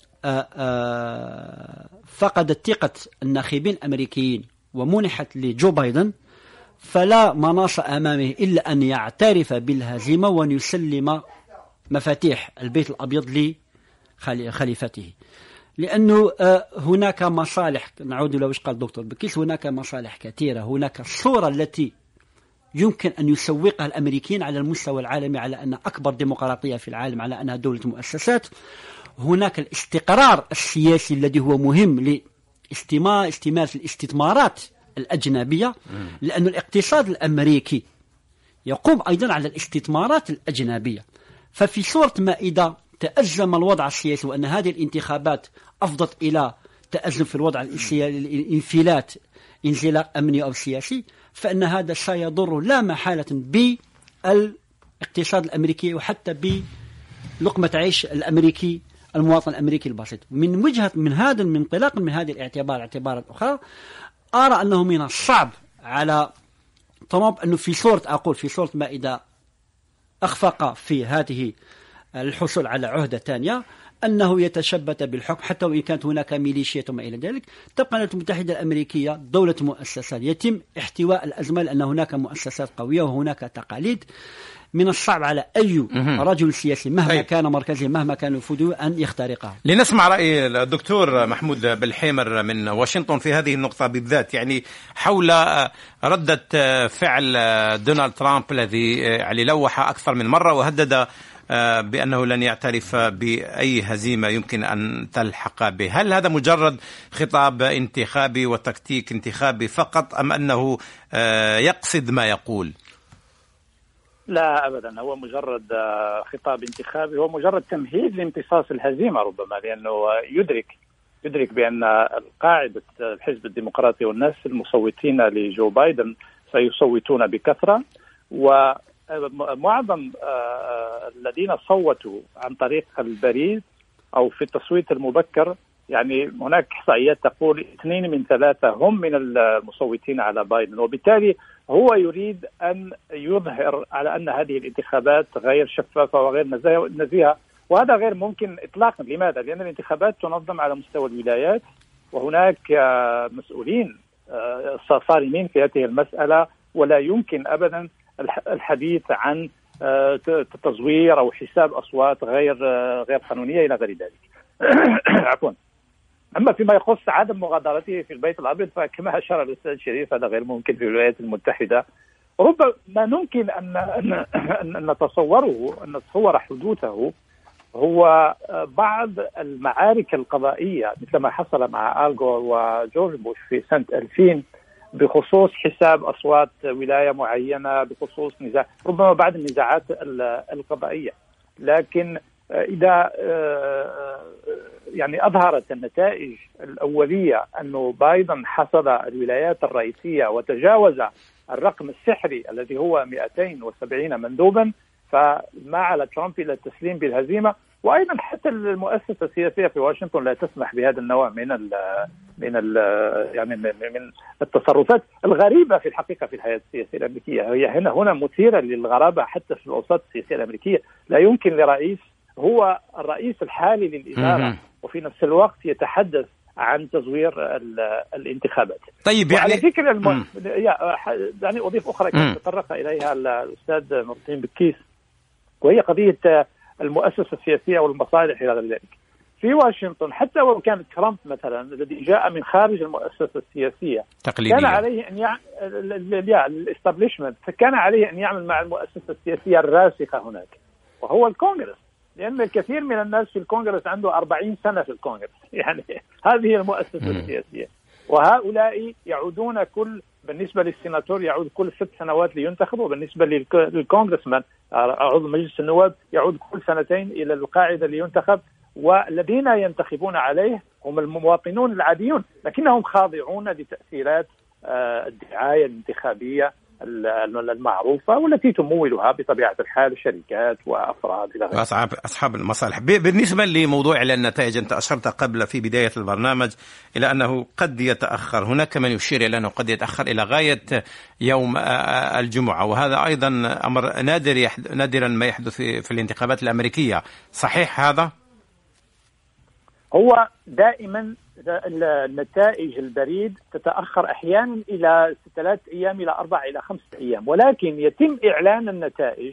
فقدت ثقة الناخبين الأمريكيين ومنحت لجو بايدن، فلا مناص أمامه إلا أن يعترف بالهزيمة وأن يسلم مفاتيح البيت الأبيض لخليفته، لأنه هناك مصالح، نعود إلى وش قال الدكتور بكيس، هناك مصالح كثيرة، هناك الصورة التي يمكن أن يسوقها الأمريكيين على المستوى العالمي على أن أكبر ديمقراطية في العالم، على أنها دولة مؤسسات. هناك الاستقرار السياسي الذي هو مهم لاستمارة الاستثمارات الأجنبية، لأن الاقتصاد الأمريكي يقوم أيضا على الاستثمارات الأجنبية. ففي صورة ما إذا تأزم الوضع السياسي وأن هذه الانتخابات أفضت إلى تأزم في الوضع الانفلات، انزلاق أمني أو سياسي، فإن هذا سيضر لا محالة بالاقتصاد الأمريكي وحتى بلقمة عيش الأمريكي، المواطن الأمريكي البسيط. من وجهة من هذا المنطلق، من هذه الاعتبار اعتبارات أخرى، أرى أنه من الصعب على ترامب أنه في صورة أقول في صورة ما إذا أخفق في هذه الحصول على عهدة ثانية أنه يتشبت بالحكم، حتى وإن كانت هناك ميليشيات وما إلى ذلك. تبقى الولايات المتحدة الأمريكية دولة مؤسسات، يتم احتواء الأزمة لأن هناك مؤسسات قوية وهناك تقاليد. من الصعب على أي رجل سياسي مهما طيب. كان مركزه، مهما كان نفوذه، أن يخترقها. لنسمع رأي الدكتور محمود بالحيمر من واشنطن في هذه النقطة بالذات، يعني حول ردة فعل دونالد ترامب الذي يعني لوح أكثر من مرة وهدد بأنه لن يعترف بأي هزيمة يمكن أن تلحق به. هل هذا مجرد خطاب انتخابي وتكتيك انتخابي فقط، أم أنه يقصد ما يقول؟ لا أبدا، هو مجرد خطاب انتخابي، هو مجرد تمهيد لامتصاص الهزيمة ربما، لأنه يدرك يدرك بأن قاعدة الحزب الديمقراطي والناس المصوتين لجو بايدن سيصوتون بكثرة، و معظم الذين صوتوا عن طريق البريد أو في التصويت المبكر، يعني هناك إحصائيات تقول اثنين من ثلاثة هم من المصوتين على بايدن، وبالتالي هو يريد أن يظهر على أن هذه الانتخابات غير شفافة وغير نزيهة، وهذا غير ممكن إطلاقا. لماذا؟ لأن الانتخابات تنظم على مستوى الولايات، وهناك مسؤولين صارمين في هذه المسألة، ولا يمكن أبدا الحديث عن تزوير أو حساب أصوات غير غير قانونية إلى غير ذلك. عفوا. أما فيما يخص عدم مغادرته في البيت الأبيض، فكما أشار الأستاذ شريف هذا غير ممكن في الولايات المتحدة. ربما ممكن أن أن نتصوره أن نتصور حدوثه هو بعض المعارك القضائية مثل ما حصل مع آل جور وجورج بوش في سنة ألفين بخصوص حساب أصوات ولاية معينة، بخصوص نزاع، ربما بعض النزاعات القضائية. لكن إذا يعني أظهرت النتائج الأولية أنه بايدن حصد الولايات الرئيسية وتجاوز الرقم السحري الذي هو مئتين وسبعين مندوبا، فما على ترامب إلى التسليم بالهزيمة. وأيضا حتى المؤسسة السياسية في واشنطن لا تسمح بهذا النوع من ال من ال يعني من التصرفات الغريبة في الحقيقة في الحياة السياسية الأمريكية. هي هنا هنا مثيرة للغرابة حتى في الأوساط السياسية الأمريكية. لا يمكن لرئيس هو الرئيس الحالي للإدارة وفي نفس الوقت يتحدث عن تزوير الانتخابات. طيب يعني على ذكر الم... يعني أضيف أخرى كانت تطرق إليها الأستاذ مرتين بكيس، وهي قضية المؤسسة السياسية والمصالح إلى غير ذلك. في واشنطن حتى لو كان ترامب مثلا الذي جاء من خارج المؤسسة السياسية تقليدية، كان عليه أن يع... الاستابليشمنت فكان عليه أن يعمل مع المؤسسة السياسية الراسخة هناك، وهو الكونغرس، لأن الكثير من الناس في الكونغرس عنده أربعين سنة في الكونغرس، يعني هذه المؤسسة السياسية. وهؤلاء يعودون كل بالنسبة للسيناتور يعود كل ست سنوات لينتخب، وبالنسبة للكونغرسمان عضو مجلس النواب يعود كل سنتين إلى القاعدة لينتخب. والذين ينتخبون عليه هم المواطنون العاديون، لكنهم خاضعون لتأثيرات الدعاية الانتخابية المعروفة والتي تمولها بطبيعة الحال شركات وأفراد إلى غيره. أصحاب أصحاب المصالح. بالنسبة لموضوع النتائج، أنت أشرت قبل في بداية البرنامج إلى أنه قد يتأخر، هناك من يشير إلى أنه قد يتأخر إلى غاية يوم الجمعة، وهذا أيضا أمر نادر نادرا ما يحدث في الانتخابات الأمريكية، صحيح هذا؟ هو دائما النتائج البريد تتأخر أحيانا إلى ثلاث أيام إلى أربع إلى خمسة أيام، ولكن يتم إعلان النتائج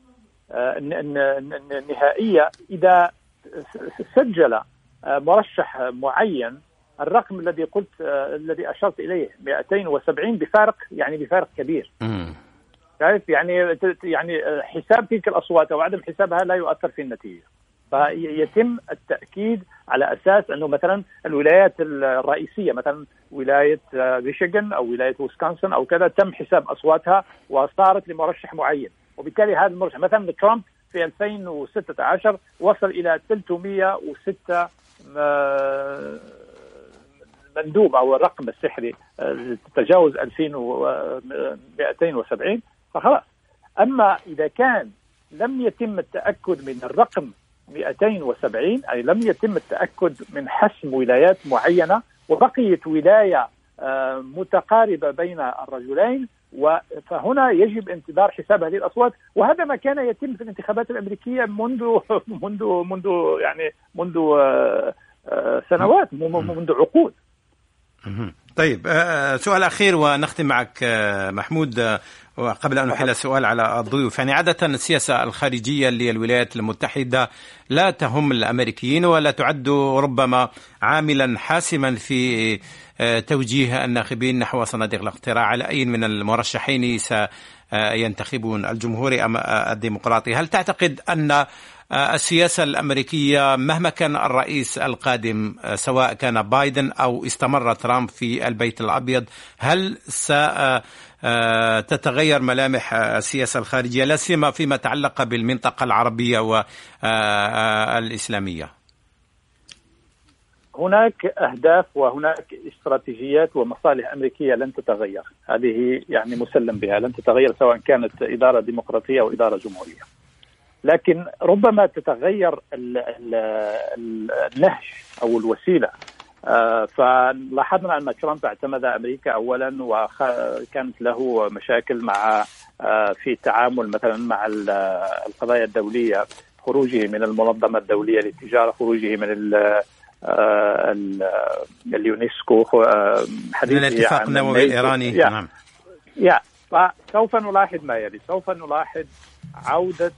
النهائية إذا سجل مرشح معين الرقم الذي قلت الذي أشرت إليه مئتين وسبعين بفارق، يعني بفارق كبير. تعرف يعني يعني حساب تلك الأصوات أو عدم حسابها لا يؤثر في النتيجة، فيتم التأكيد على أساس أنه مثلا الولايات الرئيسية مثلا ولاية ميشيغان أو ولاية ويسكونسن أو كذا تم حساب أصواتها وصارت لمرشح معين، وبالتالي هذا المرشح مثلا ترامب في ألفين وستة عشر وصل إلى ثلاثمئة وستة مندوب أو الرقم السحري تجاوز ألفين ومئتين وسبعين، فخلاص. أما إذا كان لم يتم التأكد من الرقم مئتين وسبعين، أي لم يتم التأكد من حسم ولايات معينة وبقيت ولاية متقاربة بين الرجلين، فهنا يجب انتظار حساب هذه الأصوات. وهذا ما كان يتم في الانتخابات الأمريكية منذ منذ منذ يعني منذ سنوات، منذ عقود. طيب سؤال أخير ونختم معك محمود، وقبل أن نحل السؤال على الضيوف. يعني عادة السياسة الخارجية للولايات المتحدة لا تهم الأمريكيين ولا تعد ربما عاملا حاسما في توجيه الناخبين نحو صناديق الاقتراع على أي من المرشحين سينتخبون، الجمهوري أم الديمقراطي. هل تعتقد أن السياسة الأمريكية مهما كان الرئيس القادم سواء كان بايدن أو استمر ترامب في البيت الأبيض، هل ستتغير ملامح السياسة الخارجية لا سيما فيما يتعلق بالمنطقة العربية والإسلامية؟ هناك أهداف وهناك استراتيجيات ومصالح أمريكية لن تتغير، هذه يعني مسلم بها، لن تتغير سواء كانت إدارة ديمقراطية أو إدارة جمهورية. لكن ربما تتغير النهج أو الوسيلة. آه فلاحظنا أن ترامب اعتمد أمريكا أولا، وكانت له مشاكل مع آه في التعامل مثلا مع القضايا الدولية، خروجه من المنظمة الدولية للتجارة، خروجه من آه اليونسكو، آه من الاتفاق النووي الإيراني. نعم. يا فسوف نلاحظ ما يلي، سوف نلاحظ عودة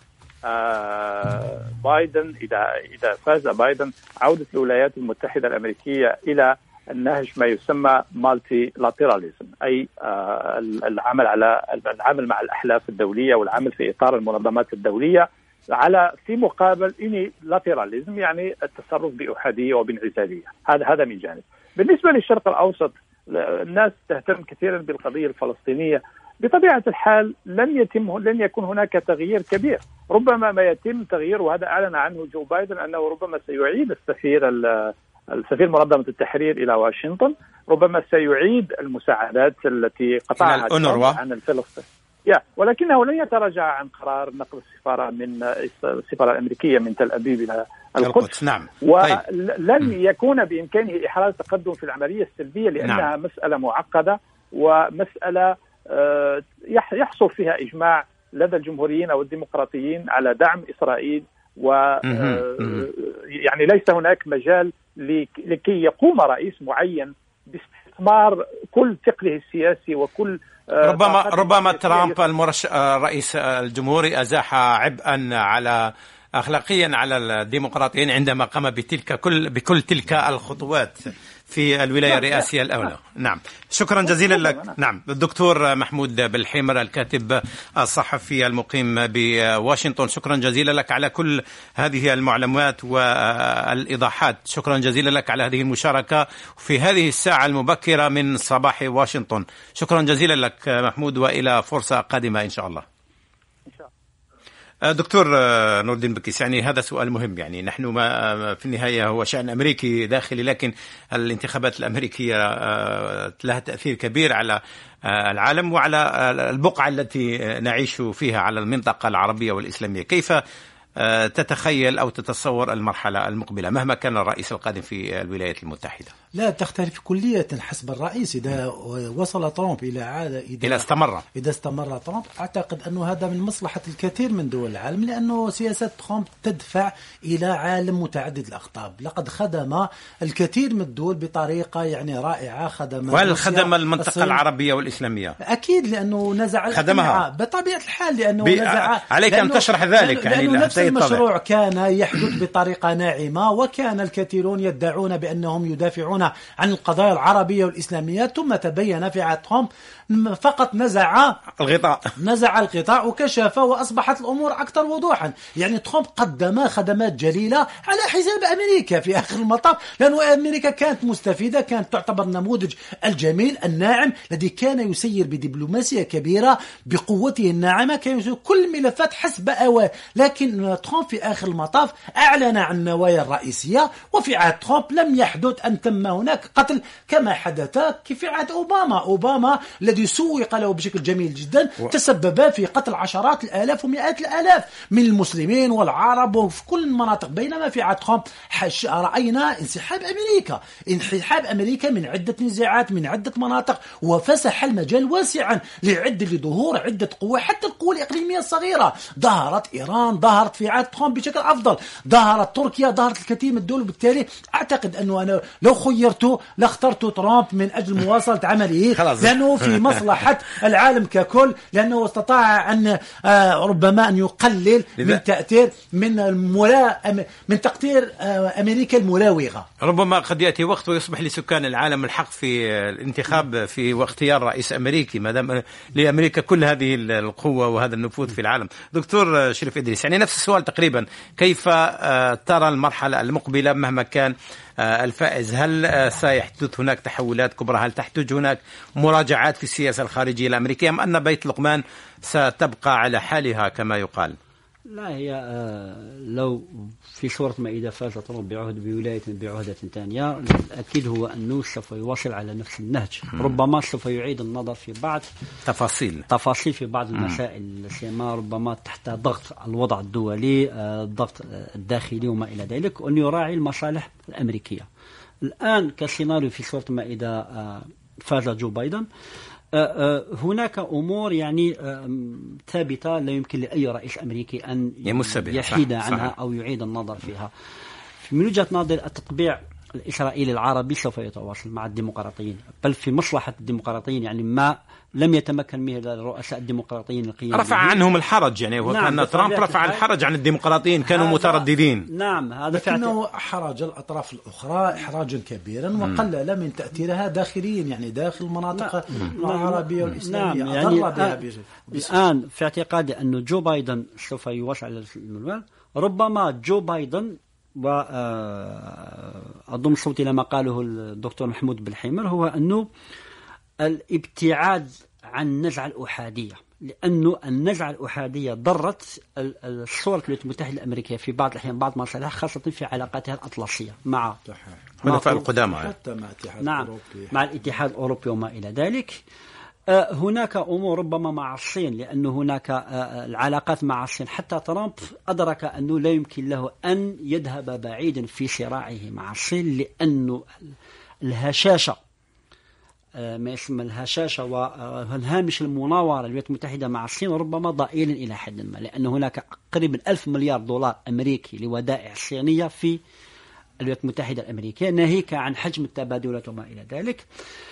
آه بايدن إذا إذا فاز بايدن، عودة الولايات المتحدة الأمريكية إلى النهج ما يسمى مالتي لاتراليزم، أي آه العمل على العمل مع الأحلاف الدولية والعمل في إطار المنظمات الدولية، على في مقابل إني لاتراليزم يعني التصرف بأحادية وبانعزالية. هذا هذا من جانب. بالنسبة للشرق الأوسط، الناس تهتم كثيرا بالقضية الفلسطينية. بطبيعة الحال لن يتم لن يكون هناك تغيير كبير. ربما ما يتم تغيير، وهذا أعلن عنه جو بايدن، أنه ربما سيعيد السفير السفير منظمة التحرير إلى واشنطن، ربما سيعيد المساعدات التي قطعها عن الفلسطين. يا ولكنه لن يتراجع عن قرار نقل السفارة من السفارة الأمريكية من تل أبيب إلى القدس. نعم. ولن يكون بإمكانه إحراز تقدم في العملية السلبية، لأنها نعم. مسألة معقدة ومسألة يحصل فيها إجماع لدى الجمهوريين أو الديمقراطيين على دعم إسرائيل، و يعني ليس هناك مجال لكي يقوم رئيس معين باستثمار كل ثقله السياسي وكل ربما ربما ترامب المرشح الرئيس الجمهوري أزاح عبئا على أخلاقيا على الديمقراطيين عندما قام بتلك كل بكل تلك الخطوات في الولاية الرئاسية الأولى. نعم، شكرا جزيلا لك. نعم، الدكتور محمود بالحمر الكاتب الصحفي المقيم بواشنطن، شكرا جزيلا لك على كل هذه المعلومات والإيضاحات. شكرا جزيلا لك على هذه المشاركة في هذه الساعة المبكرة من صباح واشنطن. شكرا جزيلا لك محمود، وإلى فرصة قادمة إن شاء الله. دكتور نور الدين بكيس، يعني هذا سؤال مهم. يعني نحن ما في النهاية هو شأن أمريكي داخلي، لكن الانتخابات الأمريكية لها تأثير كبير على العالم وعلى البقعة التي نعيش فيها على المنطقة العربية والإسلامية. كيف تتخيل أو تتصور المرحلة المقبلة مهما كان الرئيس القادم في الولايات المتحدة؟ لا تختلف كلية حسب الرئيس. إذا وصل ترامب إلى عادة إذا, إذا استمر إذا استمر ترامب، أعتقد أنه هذا من مصلحة الكثير من دول العالم، لأنه سياسة ترامب تدفع إلى عالم متعدد الأقطاب. لقد خدم الكثير من الدول بطريقة يعني رائعة. خدم وهل خدم المنطقة الصين العربية والإسلامية؟ أكيد، لأنه نزع خدمها بطبيعة الحال، لأنه بي... نزع. عليك أن تشرح ذلك. لأنه, يعني لأنه نفس المشروع كان يحدث بطريقة ناعمة، وكان الكثيرون يدعون بأنهم يدافعون عن القضايا العربية والإسلامية، ثم تبين في عهد ترامب فقط نزع الغطاء نزع الغطاء وكشف، وأصبحت الأمور أكثر وضوحا. يعني ترامب قدم خدمات جليلة على حساب أمريكا في آخر المطاف، لأن أمريكا كانت مستفيدة، كانت تعتبر نموذج الجميل الناعم الذي كان يسير بدبلوماسية كبيرة بقوته الناعمة، كان يسير كل الملفات حسب أواه. لكن ترامب في آخر المطاف أعلن عن النوايا الرئيسية، وفي عهد ترامب لم يحدث أن تم هناك قتل كما حدث في عهد أوباما. أوباما الذي سوق له بشكل جميل جدا و... تسبب في قتل عشرات الآلاف ومئات الآلاف من المسلمين والعرب وفي كل المناطق. بينما في عهد ترامب رأينا انسحاب أمريكا انسحاب أمريكا من عدة نزاعات من عدة مناطق، وفسح المجال واسعا لعد لظهور عدة قوى، حتى القوى الإقليمية الصغيرة. ظهرت إيران، ظهرت في عهد ترامب بشكل أفضل، ظهرت تركيا، ظهرت الكثير من الدول. وبالتالي أعتقد أنه أنا لو خيرت لاخترت ترامب من أجل مواصلة عمله، لأنه في مصلحة العالم ككل، لأنه استطاع أن ربما أن يقلل من تأثير من الملا من تقدير أمريكا المراوغة. ربما قد يأتي وقت ويصبح لسكان العالم الحق في الانتخاب في واختيار رئيس أمريكي، ما دام لأمريكا كل هذه القوة وهذا النفوذ في العالم. دكتور شريف إدريس، يعني نفس السؤال تقريبا، كيف ترى المرحلة المقبلة مهما كان الفائز؟ هل سيحدث هناك تحولات كبرى؟ هل تحتاج هناك مراجعات في السياسة الخارجية الأمريكية، أم أن بيت لقمان ستبقى على حالها كما يقال؟ لا، هي آه لو في صورة ما إذا فاز ترامب بعهد بولاية بعهدة ثانية، الأكيد هو أنه سوف يواصل على نفس النهج. ربما سوف يعيد النظر في بعض تفاصيل تفاصيل في بعض المسائل، سيما ربما تحت ضغط الوضع الدولي، آه الضغط الداخلي وما إلى ذلك، وأن يراعي المصالح الأمريكية. الآن كسيناريو في صورة ما إذا آه فاز جو بايدن، هناك أمور يعني ثابتة لا يمكن لأي رئيس أمريكي أن يحيد عنها أو يعيد النظر فيها. من وجهة نظر التطبيع الإسرائيلي العربي سوف يتواصل مع الديمقراطيين، بل في مصلحة الديمقراطيين، يعني ما لم يتمكن من الرؤساء الديمقراطيين القيام رفع عنهم الحرج، يعني وكان نعم ترامب رفع الحرج عن الديمقراطيين، كانوا مترددين. نعم، هذا لكنه حرج الأطراف الأخرى إحراجا كبيرا وقلل من تأثيرها داخليا، يعني داخل المناطق العربية والإسلامية. نعم، يعني الآن, الآن في اعتقادي أن جو بايدن سوف يوسع المنوال. ربما جو بايدن، وأضم صوتي لما قاله الدكتور محمود بالحيمر، هو أنه الابتعاد عن النزعة الأحادية، لأنه النزعة الأحادية ضرت الصورة الولايات المتحدة الأمريكية في بعض الأحيان بعض مصالح، خاصة في علاقاتها الأطلسية مع الحلفاء القدامى، حتى مع الاتحاد نعم الأوروبي. مع الاتحاد الأوروبي وما إلى ذلك. هناك أمور ربما مع الصين، لأن هناك العلاقات مع الصين، حتى ترامب أدرك أنه لا يمكن له أن يذهب بعيدا في صراعه مع الصين، لأن الهشاشة ما يسمى الهشاشة والهامش المناورة للولايات المتحدة مع الصين ربما ضئيل إلى حد ما، لأن هناك قريبا ألف مليار دولار أمريكي لودائع صينية في الولايات المتحدة الأمريكية، ناهيك عن حجم التبادلات وما إلى ذلك.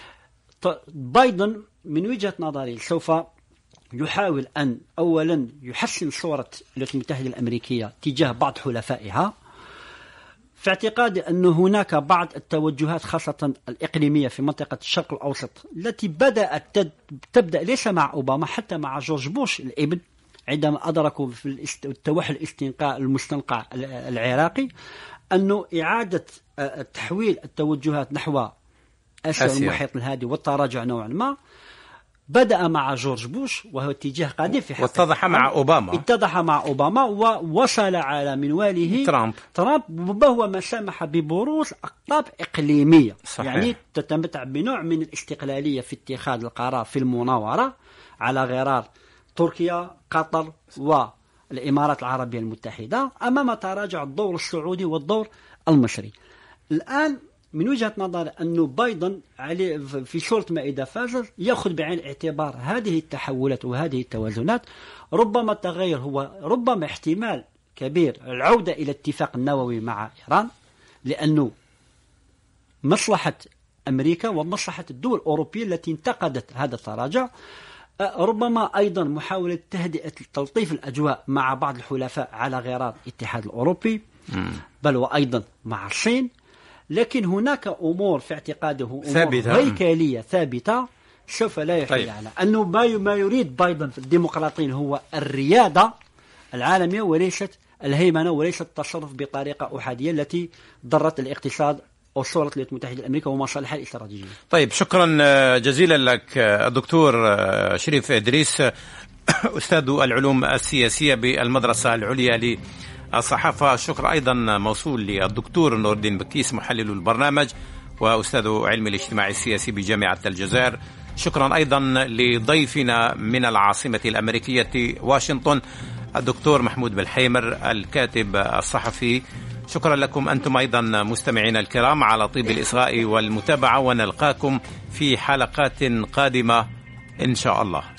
بايدن من وجهة نظري سوف يحاول أن أولا يحسن صورة الولايات المتحدة الأمريكية تجاه بعض حلفائها، في اعتقادي أن هناك بعض التوجهات خاصة الإقليمية في منطقة الشرق الأوسط التي بدأت تبدأ ليس مع أوباما، حتى مع جورج بوش الابن عندما أدركوا في التوحل الاستنقاء المستنقع العراقي، أنه إعادة تحويل التوجهات نحو آسيا والمحيط الهادي والتراجع نوعا ما بدأ مع جورج بوش، وهو اتجاه قديم في حقيقة، واتضح مع أوباما اتضح مع أوباما ووصل على منواله ترامب ترامب وهو ما سمح ببروز أقطاب إقليمية، صحيح. يعني تتمتع بنوع من الاستقلالية في اتخاذ القرار في المناورة على غرار تركيا، قطر والإمارات العربية المتحدة، أمام تراجع الدور السعودي والدور المصري. الآن من وجهة نظر أنه بايدن عليه في صورة ما إذا فاز يأخذ بعين الاعتبار هذه التحولات وهذه التوازنات. ربما التغير هو ربما احتمال كبير العودة إلى اتفاق النووي مع إيران، لأنه مصلحة أمريكا ومصلحة الدول الأوروبية التي انتقدت هذا التراجع. ربما أيضا محاولة تهدئة تلطيف الأجواء مع بعض الحلفاء على غرار الاتحاد الأوروبي، بل وأيضا مع الصين. لكن هناك أمور في اعتقاده أمور ثابتة. هيكلية ثابتة سوف لا يحيل طيب. عنها، أنه ما يريد بايدن في الديمقراطيين هو الريادة العالمية وليست الهيمنة وليست التصرف بطريقة أحادية التي ضرت الاقتصاد وصورة الولايات المتحدة الأمريكية ومصالحها الاستراتيجية. طيب، شكرا جزيلا لك الدكتور شريف إدريس، أستاذ العلوم السياسية بالمدرسة العليا للصحافة. شكر أيضا موصول للدكتور نور الدين بكيس محلل البرنامج وأستاذ علم الاجتماع السياسي بجامعة الجزائر. شكرا أيضا لضيفنا من العاصمة الأمريكية واشنطن الدكتور محمود بالحيمر الكاتب الصحفي. شكرا لكم أنتم أيضا مستمعين الكرام على طيب الإصغاء والمتابعة، ونلقاكم في حلقات قادمة إن شاء الله.